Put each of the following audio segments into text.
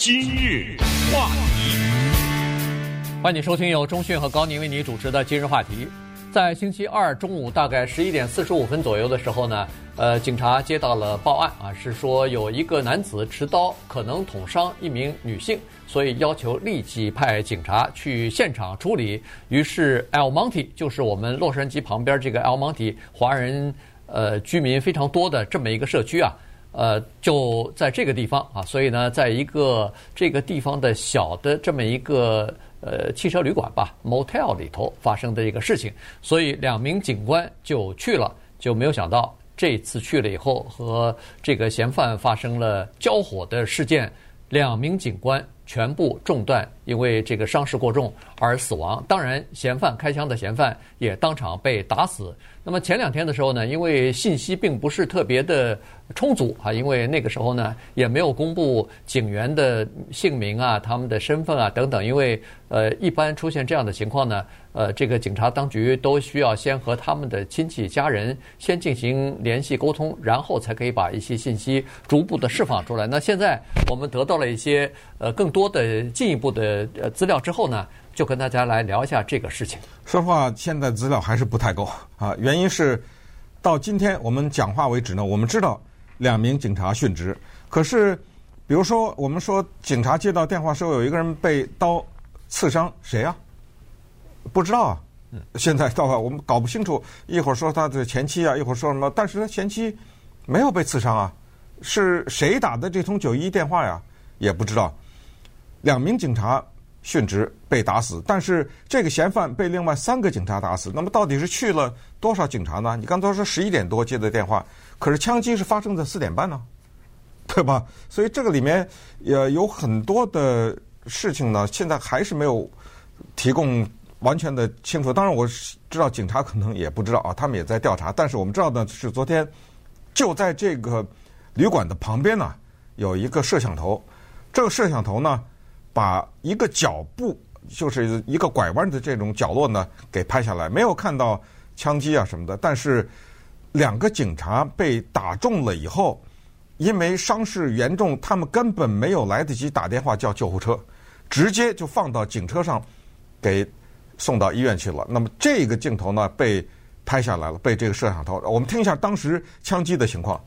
今日话题， 欢迎收听由钟讯和高宁为你主持的今日话题。在星期二中午大概11点45分左右的时候呢，警察接到了报案啊，是说有一个男子持刀可能捅伤一名女性，所以要求立即派警察去现场处理。于是 El Monte 就是我们洛杉矶旁边这个 El Monte 华人居民非常多的这么一个社区啊。就在这个地方啊，所以呢，在一个这个地方的小的这么一个汽车旅馆吧 ，motel 里头发生的一个事情，所以2名警官就去了，就没有想到这次去了以后和这个嫌犯发生了交火的事件，2名警官全部中弹，因为这个伤势过重而死亡。当然，开枪的嫌犯也当场被打死。那么前2天的时候呢，因为信息并不是特别的充足啊，因为那个时候呢也没有公布警员的姓名啊、他们的身份啊等等，因为一般出现这样的情况呢，这个警察当局都需要先和他们的亲戚家人先进行联系沟通，然后才可以把一些信息逐步的释放出来。那现在我们得到了一些更多的进一步的资料之后呢，就跟大家来聊一下这个事情。 说实话，现在资料还是不太够啊。原因是到今天我们讲话为止呢，我们知道2名警察殉职，可是比如说我们说警察接到电话说有一个人被刀刺伤，谁啊？不知道啊。现在到我们搞不清楚，一会儿说他的前妻啊，一会儿说什么，但是他前妻没有被刺伤啊，是谁打的这通911电话呀？也不知道。2名警察殉职被打死，但是这个嫌犯被另外3个警察打死。那么到底是去了多少警察呢？你刚才说11点多接的电话，可是枪击是发生在4点半呢，对吧？所以这个里面也有很多的事情呢，现在还是没有提供完全的清楚。当然我知道警察可能也不知道啊，他们也在调查。但是我们知道呢，是昨天就在这个旅馆的旁边呢，有一个摄像头。这个摄像头呢，把一个脚步，就是一个拐弯的这种角落呢，给拍下来，没有看到枪击啊什么的。但是2个警察被打中了以后，因为伤势严重，他们根本没有来得及打电话叫救护车，直接就放到警车上，给送到医院去了。那么这个镜头呢，被拍下来了，被这个摄像头。我们听一下当时枪击的情况。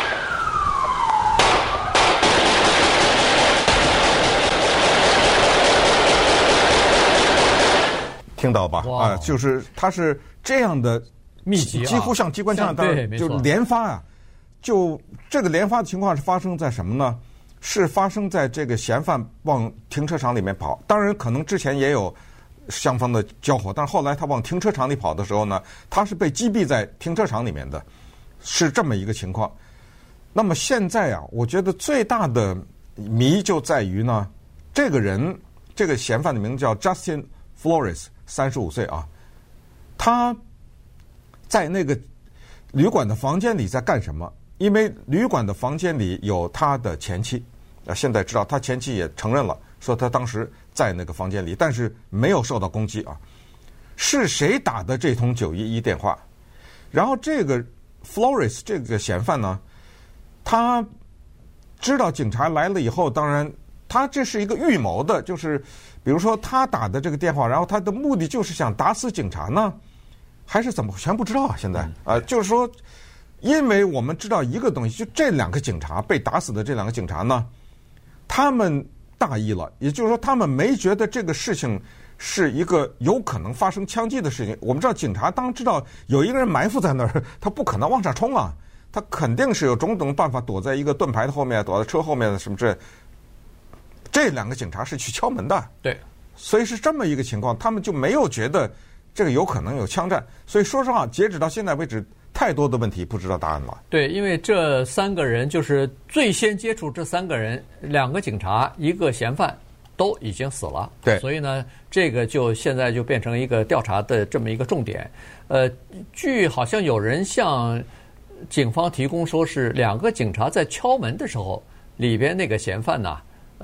听到吧？啊，就是它是这样的密集， 几乎像机关枪，就连发啊。就这个连发的情况是发生在什么呢？是发生在这个嫌犯往停车场里面跑。当然，可能之前也有双方的交火，但是后来他往停车场里跑的时候呢，他是被击毙在停车场里面的，是这么一个情况。那么现在啊，我觉得最大的谜就在于呢，这个人，这个嫌犯的名字叫 Justin Flores。35岁啊，他在那个旅馆的房间里在干什么？因为旅馆的房间里有他的前妻，现在知道他前妻也承认了，说他当时在那个房间里，但是没有受到攻击啊。是谁打的这通911电话？然后这个 Flores 这个嫌犯呢，他知道警察来了以后，当然他这是一个预谋的，就是比如说他打的这个电话，然后他的目的就是想打死警察呢，还是怎么？全不知道啊！现在就是说，因为我们知道一个东西，就这2个警察被打死的这2个警察呢，他们大意了，也就是说他们没觉得这个事情是一个有可能发生枪击的事情。我们知道警察当知道有一个人埋伏在那儿，他不可能往上冲啊，他肯定是有种种办法躲在一个盾牌的后面，躲在车后面什么之类。这2个警察是去敲门的， 对， 所以是这么一个情况，他们就没有觉得这个有可能有枪战。所以说实话，截止到现在为止，太多的问题不知道答案了。 对，因为这3个人就是最先接触这3个人，2个警察，1个嫌犯都已经死了。 对， 所以呢，这个就现在就变成一个调查的这么一个重点。据好像有人向警方提供说是2个警察在敲门的时候，里边那个嫌犯呐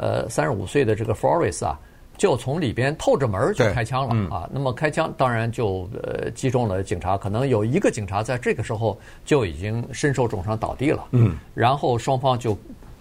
，35岁的这个 Flores 啊，就从里边透着门就开枪了啊。那么开枪当然就击中了警察，可能有1个警察在这个时候就已经身受重伤倒地了。然后双方就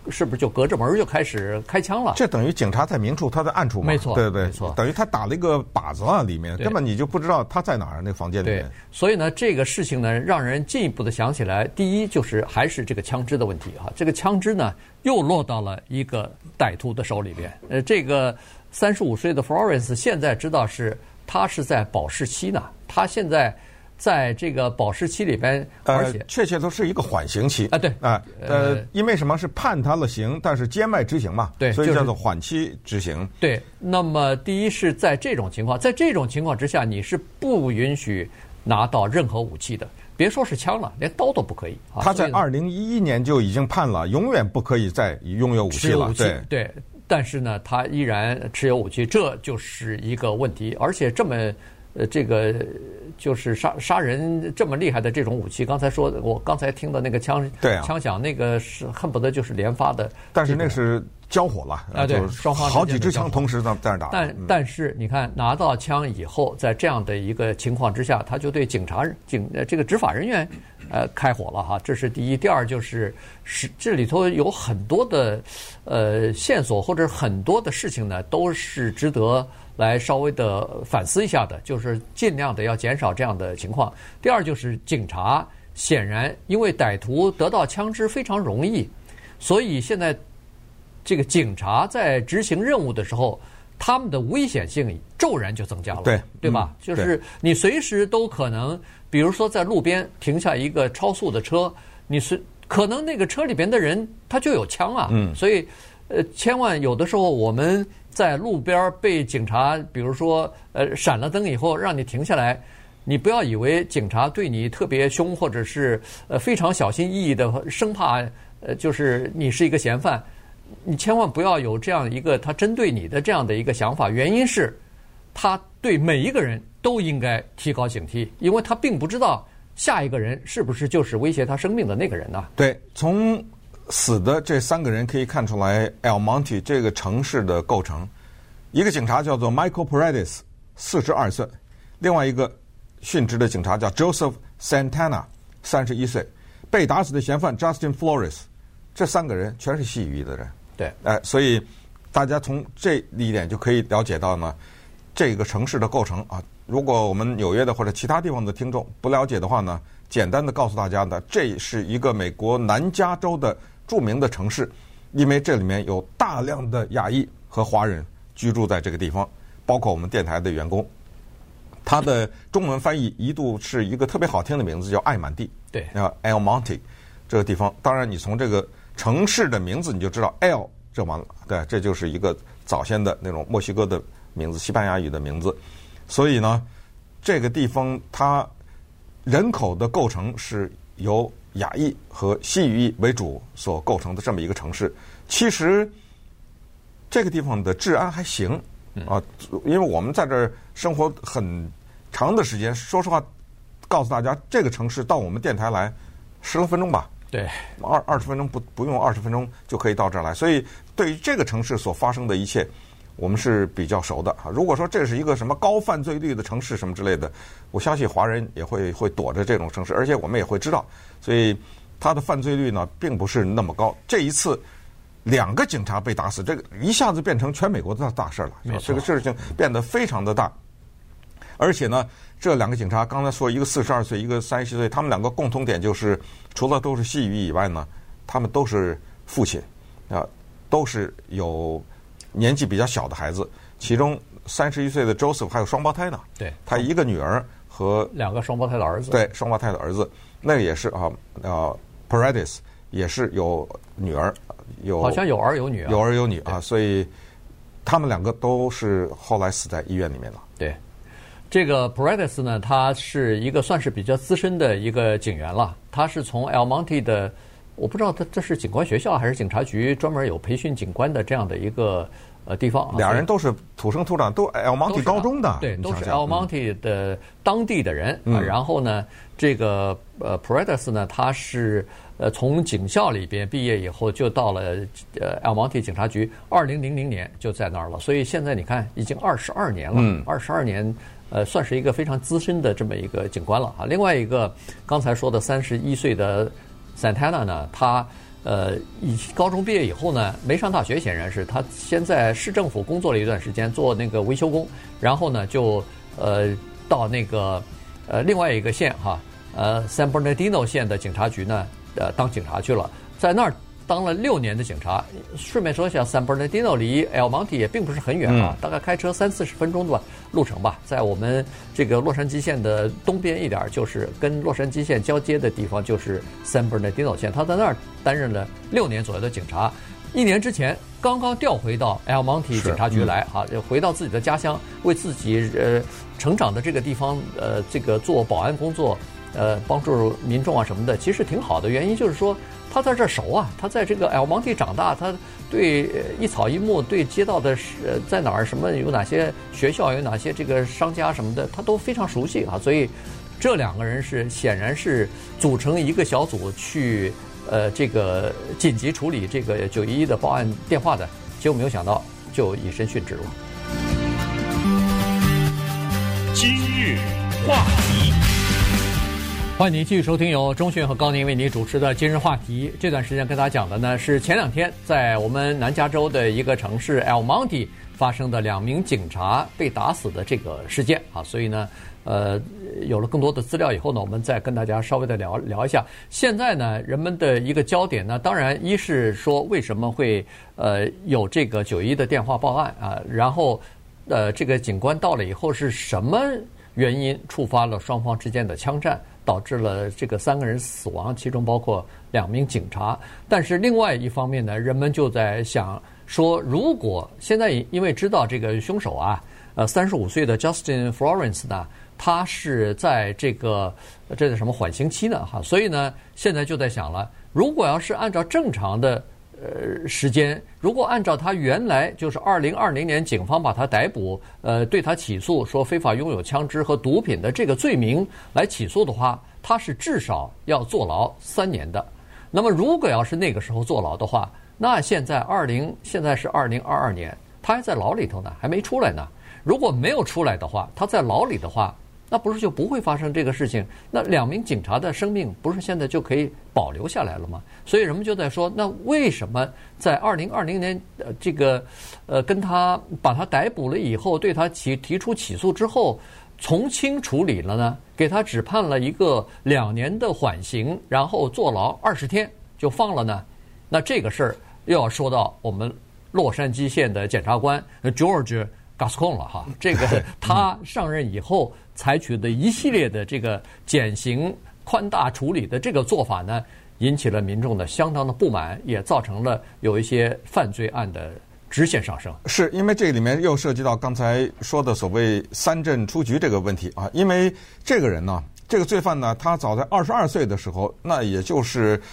是不是就隔着门就开始开枪了？ 这等于警察在明处，他在暗处嘛？ 没错， 对对， 没错， 等于他打了一个靶子啊，里面根本你就不知道他在哪儿那个房间里面。 对，所以呢，这个事情呢，让人进一步的想起来，第一就是还是这个枪支的问题哈。这个枪支呢，又落到了一个歹徒的手里边。这个35岁的 Florence 现在知道他是在保释期呢，他现在在这个保释期里边，而且确切都是一个缓刑期啊，对啊，因为什么是判他了刑，但是监外执行嘛， 对， 所以叫做缓期执行。 对，那么第一是在这种情况之下，你是不允许拿到任何武器的，别说是枪了，连刀都不可以。 他在2011年就已经判了，永远不可以再拥有武器了。 对，但是呢，他依然持有武器，这就是一个问题，而且这么。这个就是杀人这么厉害的这种武器，我刚才听的那个枪响，那个是恨不得就是连发的， 但是那是交火了啊，对，双方好几支枪同时在那打。 但是你看拿到枪以后，在这样的一个情况之下，他就对这个执法人员开火了哈，这是第一。第二就是这里头有很多的线索或者很多的事情呢，都是值得来稍微的反思一下的，就是尽量的要减少这样的情况。第二就是警察显然因为歹徒得到枪支非常容易，所以现在这个警察在执行任务的时候，他们的危险性骤然就增加了，对吧？就是你随时都可能，比如说在路边停下一个超速的车，可能那个车里边的人他就有枪啊，所以千万有的时候我们在路边被警察，比如说闪了灯以后让你停下来，你不要以为警察对你特别凶，或者是非常小心翼翼的，生怕就是你是一个嫌犯。你千万不要有这样一个他针对你的这样的一个想法，原因是他对每一个人都应该提高警惕，因为他并不知道下一个人是不是就是威胁他生命的那个人呢？ 对，从死的这3个人可以看出来 El Monte 这个城市的构成。一个警察叫做 Michael Paredes 42岁，另外一个殉职的警察叫 Joseph Santana 31岁，被打死的嫌犯 Justin Flores， 这3个人全是西语的人。 对， 所以大家从这一点就可以了解到呢，这个城市的构成啊。如果我们纽约的或者其他地方的听众不了解的话呢，简单的告诉大家呢，这是一个美国南加州的著名的城市，因为这里面有大量的亚裔和华人居住在这个地方，包括我们电台的员工。它的中文翻译一度是一个特别好听的名字，叫艾满地。 对 ，El Monte 这个地方，当然你从这个城市的名字你就知道 El 这完了，对，这就是一个早先的那种墨西哥的名字，西班牙语的名字。所以呢，这个地方它人口的构成是由亚裔和西语裔为主所构成的这么一个城市。其实这个地方的治安还行啊，因为我们在这儿生活很长的时间，说实话告诉大家，这个城市到我们电台来10多分钟吧， 对 ，20分钟不用20分钟就可以到这儿来。所以对于这个城市所发生的一切，我们是比较熟的。如果说这是一个什么高犯罪率的城市什么之类的，我相信华人也会躲着这种城市，而且我们也会知道，所以它的犯罪率呢并不是那么高。这一次2个警察被打死，这个一下子变成全美国的大事了，这个事情变得非常的大。而且呢，这2个警察刚才说一个42岁，一个37岁，他们2个共同点就是除了都是西语以外呢，他们都是父亲啊，都是有年纪比较小的孩子，其中31岁的 Joseph 还有双胞胎呢。 对， 他一个女儿和 2个双胞胎的儿子。 对，双胞胎的儿子，那个也是Paredes 也是有女儿， 好像有儿有女啊， 有儿有女啊，所以他们2个都是后来死在医院里面了。 对，这个 Paredes 呢，他是一个算是比较资深的一个警员了，他是从 El Monte 的。我不知道这是警官学校还是警察局专门有培训警官的这样的一个地方。 2人都是土生土长，都 El Monte 高中的， 对，都是 El Monte 的当地的人啊。然后呢，这个Paredes 呢，他是从警校里边毕业以后就到了El Monte 警察局，2000年就在那儿了。所以现在你看，已经22年了，22年。算是一个非常资深的这么一个警官了啊。另外一个刚才说的31岁的 Santana 呢，他高中毕业以后呢，没上大学，显然是他先在市政府工作了一段时间，做那个维修工，然后呢就到那个另外一个县哈San Bernardino 县的警察局呢当警察去了，在那儿当了6年的警察。顺便说一下 ，San Bernardino 离 El Monte 也并不是很远啊，大概开车30-40分钟的路程吧。在我们这个洛杉矶县的东边一点，就是跟洛杉矶县交接的地方，就是 San Bernardino 县。他在那儿担任了6年左右的警察。1年之前刚刚调回到 El Monte 警察局来啊，回到自己的家乡，为自己成长的这个地方这个做保安工作。帮助民众啊什么的，其实挺好的。原因就是说，他在这熟啊，他在这个 El Monte 长大，他对一草一木、对街道的在哪儿、什么有哪些学校、有哪些这个商家什么的，他都非常熟悉啊。所以这2个人显然是组成一个小组去这个紧急处理这个911的报案电话的，结果没有想到就以身殉职了。 今日话题。 欢迎您继续收听由钟迅和高宁为您主持的今日话题。这段时间跟大家讲的呢是前2天在我们南加州的一个城市 El Monte 发生的2名警察被打死的这个事件啊，所以呢有了更多的资料以后呢，我们再跟大家稍微的聊一下。现在呢，人们的一个焦点呢，当然一是说为什么会有这个911的电话报案啊，然后这个警官到了以后是什么原因触发了双方之间的枪战，导致了这个3个人死亡，其中包括2名警察。但是另外一方面呢，人们就在想说，如果现在因为知道这个凶手啊，35岁的 Justin Florence 呢，他是在这叫什么缓刑期呢哈，所以呢，现在就在想了，如果要是按照正常的时间，如果按照他原来就是2020年警方把他逮捕，对他起诉说非法拥有枪支和毒品的这个罪名来起诉的话，他是至少要坐牢3年的。那么如果要是那个时候坐牢的话，那现在是2022年，他还在牢里头呢，还没出来呢。如果没有出来的话，他在牢里的话，那不是就不会发生这个事情？那2名警察的生命不是现在就可以保留下来了吗？所以人们就在说，那为什么在2020年这个把他逮捕了以后，对他提出起诉之后，从轻处理了呢？给他只判了一个2年的缓刑，然后坐牢20天就放了呢？那这个事儿又要说到我们洛杉矶县的检察官 George Gascon 了哈，这个他上任以后采取的一系列的这个减刑宽大处理的这个做法呢，引起了民众的相当的不满，也造成了有一些犯罪案的直线上升。 是因为这里面又涉及到刚才说的所谓3镇出局这个问题啊，因为这个人呢，这个罪犯呢，他早在22岁的时候，那也就是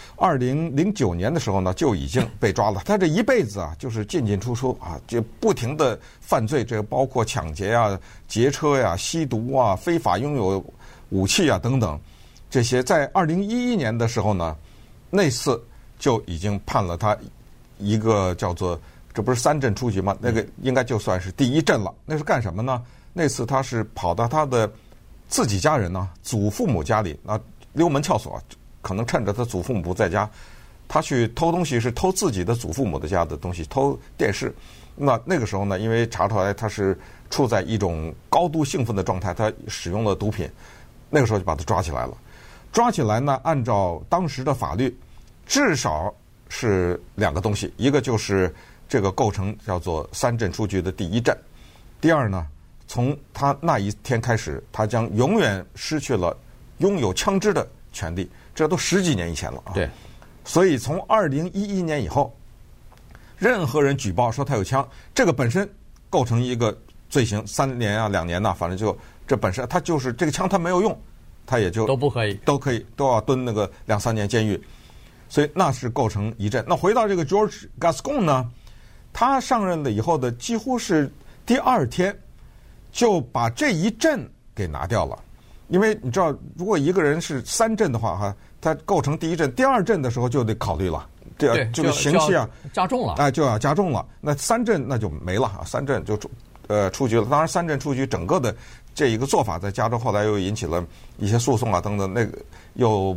2009年的时候呢，就已经被抓了。他这一辈子啊，就是进进出出啊，就不停的犯罪，这包括抢劫啊、劫车呀、吸毒啊、非法拥有武器啊等等，这些在2011年的时候呢，那次就已经判了他一个叫做，这不是3镇出局吗？那个应该就算是第1镇了。那是干什么呢？那次他是跑到他的自己家人呢，祖父母家里啊，溜门撬锁，可能趁着他祖父母不在家，他去偷东西，是偷自己的祖父母的家的东西，偷电视。那个时候呢，因为查出来他是处在一种高度兴奋的状态，他使用了毒品，那个时候就把他抓起来了。抓起来呢，按照当时的法律，至少是2个东西，一个就是这个构成叫做3镇出局的第1镇，第二呢，从他那一天开始，他将永远失去了拥有枪支的权利。这都10几年以前了啊。 对， 所以从2011年以后，任何人举报说他有枪，这个本身构成一个罪行，3年啊、2年呐，反正就这本身他就是这个枪他没有用，他也就都不可以， 都要蹲那个2-3年监狱。所以那是构成1镇。那回到这个 George Gascon 呢，他上任了以后的几乎是第2天就把这1镇给拿掉了。因为你知道，如果一个人是3镇的话哈，他构成第1镇，第2镇的时候就得考虑了，这个刑期啊加重了， 哎，就要加重了。那3镇那就没了啊，3镇就出局了。当然3镇出局整个的这一个做法，在加州后来又引起了一些诉讼啊等等，那个又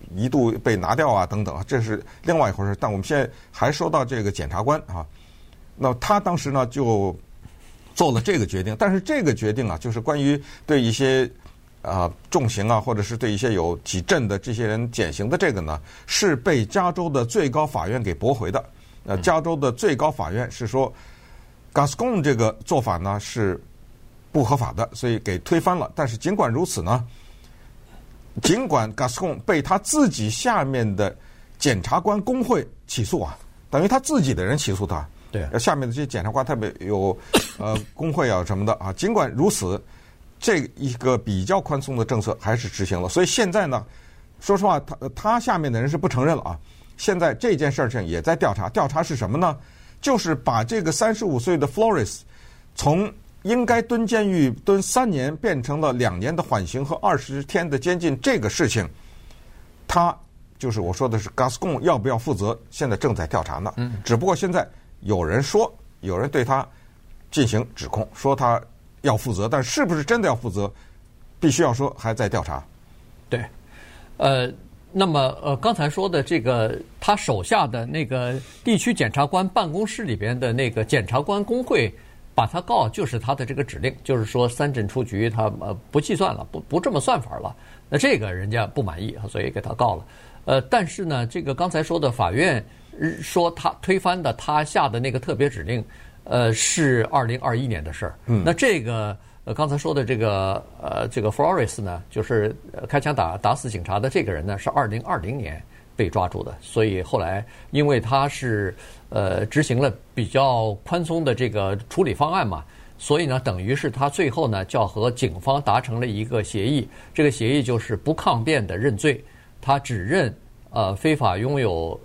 一度被拿掉啊等等，这是另外一回事。但我们现在还说到这个检察官啊，那他当时呢就做了这个决定，但是这个决定啊，就是关于对一些重刑啊，或者是对一些有几阵的这些人减刑的这个呢，是被加州的最高法院给驳回的。加州的最高法院是说 Gascon 这个做法呢是不合法的，所以给推翻了。但是尽管如此呢，尽管 Gascon 被他自己下面的检察官工会起诉啊，等于他自己的人起诉他。 对， 下面的这些检察官特别有工会啊什么的啊。尽管如此，这一个比较宽松的政策还是执行了。所以现在呢，说实话，他下面的人是不承认了啊。现在这件事情也在调查，调查是什么呢？就是把这个35岁的 Flores 从应该蹲监狱蹲3年变成了2年的缓刑和20天的监禁这个事情，他就是我说的是 Gascon 要不要负责，现在正在调查呢。只不过现在有人对他进行指控，说他要负责，但是不是真的要负责，必须要说还在调查。 对，那么刚才说的这个他手下的那个地区检察官办公室里边的那个检察官工会把他告，就是他的这个指令，就是说3镇出局，他不计算了，不这么算法了。那这个人家不满意，所以给他告了。但是呢，这个刚才说的法院说他推翻的他下的那个特别指令，是2021年的事儿。那这个刚才说的这个Flores 呢，就是开枪打死警察的这个人呢，是2020年被抓住的。所以后来因为他是执行了比较宽松的这个处理方案嘛，所以呢，等于是他最后呢，就要和警方达成了一个协议。这个协议就是不抗辩的认罪，他只认非法拥有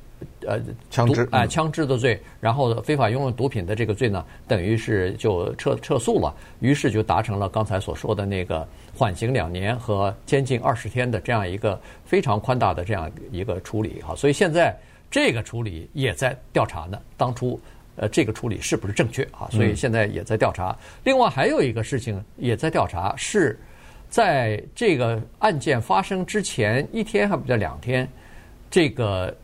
枪支的罪，然后非法拥有毒品的这个罪呢，等于是就撤诉了，于是就达成了刚才所说的那个缓刑2年和监禁20天的这样一个非常宽大的这样一个处理哈。所以现在这个处理也在调查呢，当初这个处理是不是正确啊？所以现在也在调查。另外还有一个事情也在调查，是在这个案件发生之前1天还不叫2天，这个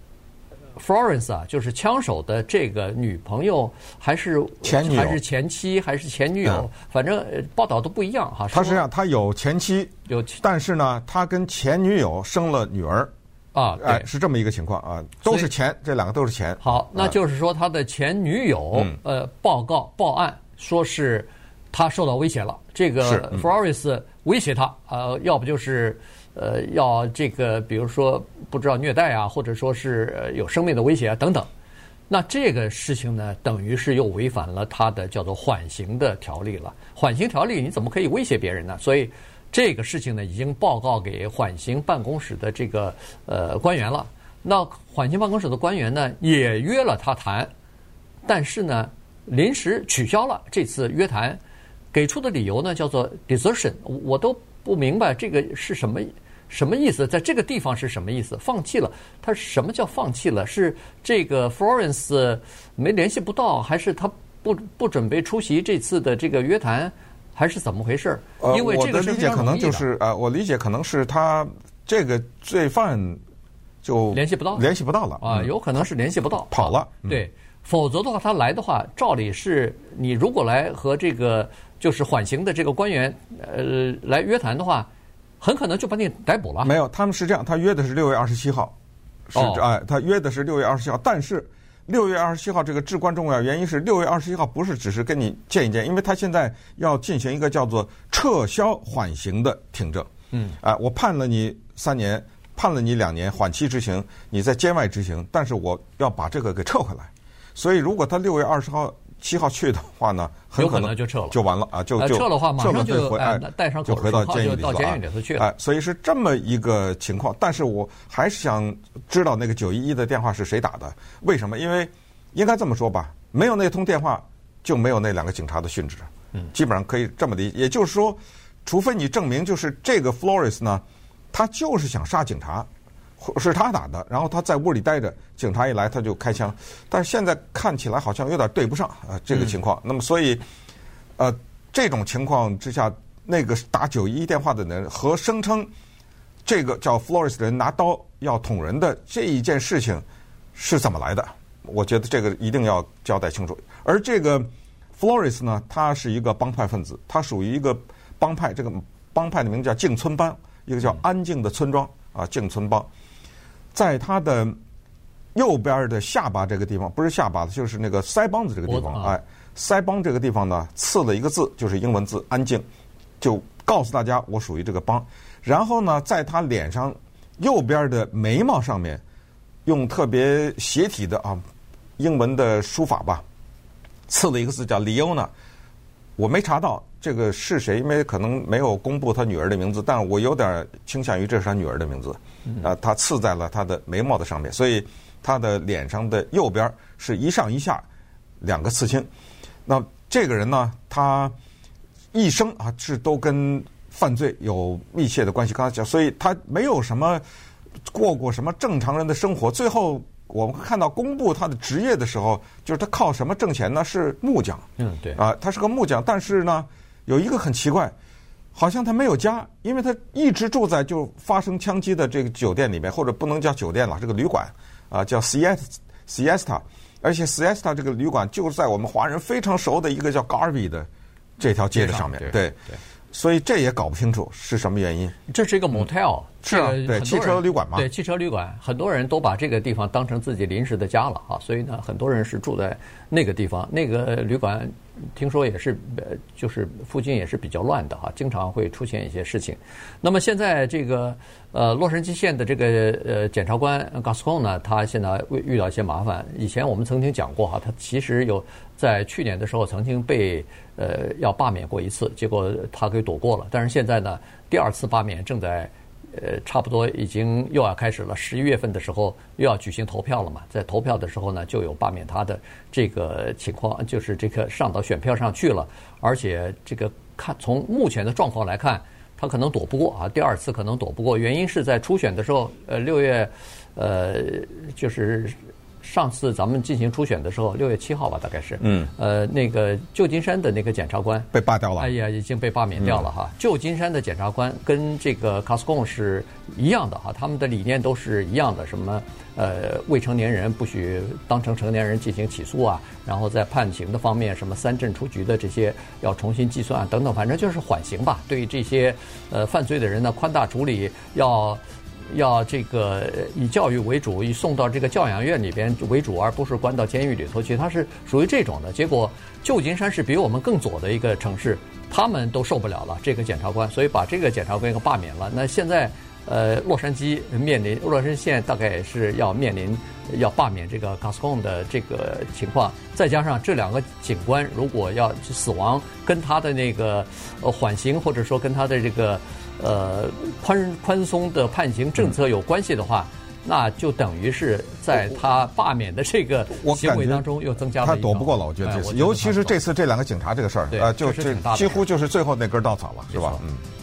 Florence 啊，就是枪手的这个女朋友还是前女友，还是前妻，还是前女友，反正报道都不一样哈。 他实际上他有前妻，但是呢，他跟前女友生了女儿啊， 是这么一个情况啊，都是钱，这2个都是钱。 好，那就是说他的前女友报案说是他受到威胁了，这个 Florence 威胁他要不就是要这个，比如说不知道虐待啊，或者说是有生命的威胁啊等等。那这个事情呢，等于是又违反了他的叫做缓刑的条例了。缓刑条例你怎么可以威胁别人呢？所以这个事情呢，已经报告给缓刑办公室的这个官员了。那缓刑办公室的官员呢，也约了他谈，但是呢，临时取消了这次约谈，给出的理由呢叫做 desertion， 我都不明白这个是什么意思，在这个地方是什么意思？放弃了？他什么叫放弃了？是这个 Florence 没联系不到，还是他不准备出席这次的这个约谈，还是怎么回事？因为这个是我的理解可能就是我理解可能是他这个罪犯就联系不到了啊，有可能是联系不到跑了。 对，否则的话他来的话，照理是你如果来和这个就是缓刑的这个官员来约谈的话，很可能就把你逮捕了。 没有，他们是这样，他约的是6月27号，他约的是6月27号，但是6月27号这个至关重要，原因是6月27号不是只是跟你见一见，因为他现在要进行一个叫做撤销缓刑的听证。我判了你3年，判了你2年缓期执行，你在监外执行，但是我要把这个给撤回来。所以如果他6月27号去的话呢，很可能就撤了， 就完了啊！就撤了话，马上就带上就回到监狱里到监狱里头去了。 所以是这么一个情况。但是我还是想知道那个911的电话是谁打的？为什么？因为应该这么说吧，没有那通电话，就没有那2个警察的殉职。基本上可以这么理解。也就是说，除非你证明就是这个 Flores 呢，他就是想杀警察。是他打的，然后他在屋里待着，警察一来他就开枪，但是现在看起来好像有点对不上这个情况。那么所以这种情况之下，那个打911电话的人和声称这个叫 Flores 的人拿刀要捅人的这一件事情是怎么来的？我觉得这个一定要交代清楚。而这个 Flores 呢，他是一个帮派分子，他属于一个帮派，这个帮派的名字叫静村帮，一个叫安静的村庄啊，静村帮。在他的右边的下巴这个地方，不是下巴的，就是那个腮帮子这个地方，哎，腮帮这个地方呢，刺了一个字，就是英文字安静，就告诉大家我属于这个帮。然后呢，在他脸上右边的眉毛上面，用特别斜体的英文的书法吧，刺了一个字叫 Leona。我没查到这个是谁，因为可能没有公布他女儿的名字，但我有点倾向于这是他女儿的名字。他刺在了他的眉毛的上面，所以他的脸上的右边是一上一下2个刺青。那这个人呢，他一生是都跟犯罪有密切的关系。刚才讲，所以他没有什么过什么正常人的生活。最后我们看到公布他的职业的时候，就是他靠什么挣钱呢？是木匠。 对他是个木匠，但是呢，有一个很奇怪，好像他没有家，因为他一直住在就发生枪击的这个酒店里面，或者不能叫酒店了，这个旅馆叫 Siesta， 而且 Siesta 这个旅馆就在我们华人非常熟的一个叫 Garvey 的这条街的上面。对。所以这也搞不清楚是什么原因。 这是一个 motel， 是啊，对，汽车旅馆嘛。 对，汽车旅馆，很多人都把这个地方当成自己临时的家了所以呢，很多人是住在那个地方。那个旅馆听说也是，就是附近也是比较乱的经常会出现一些事情。那么现在这个洛杉矶县的这个检察官 Gascon 呢，他现在遇到一些麻烦。以前我们曾经讲过他其实有在去年的时候曾经被要罢免过一次，结果他给躲过了。但是现在呢，第2次罢免正在差不多已经又要开始了。11月份的时候又要举行投票了嘛，在投票的时候呢，就有罢免他的这个情况，就是这个上到选票上去了。而且这个从目前的状况来看，他可能躲不过第2次可能躲不过。原因是在初选的时候，6月就是上次咱们进行初选的时候，6月7号吧，大概是，那个旧金山的那个检察官被罢掉了， 已经被罢免掉了旧金山的检察官跟这个 Gascon 是一样的他们的理念都是一样的，什么未成年人不许当成成年人进行起诉然后在判刑的方面，什么3振出局的这些要重新计算等等，反正就是缓刑吧，对这些犯罪的人呢宽大处理，要这个以教育为主，以送到这个教养院里边为主，而不是关到监狱里头去。它是属于这种的。结果旧金山是比我们更左的一个城市，他们都受不了了这个检察官，所以把这个检察官给罢免了。那现在洛杉矶县大概也是要面临要罢免这个 Gascon 的这个情况，再加上这2个警官如果要死亡，跟他的那个缓刑或者说跟他的这个宽松的判刑政策有关系的话，那就等于是在他罢免的这个行为当中又增加了。 他躲不过了，我觉得这次，尤其是这次这2个警察这个事儿就几乎就是最后那根稻草了，是吧？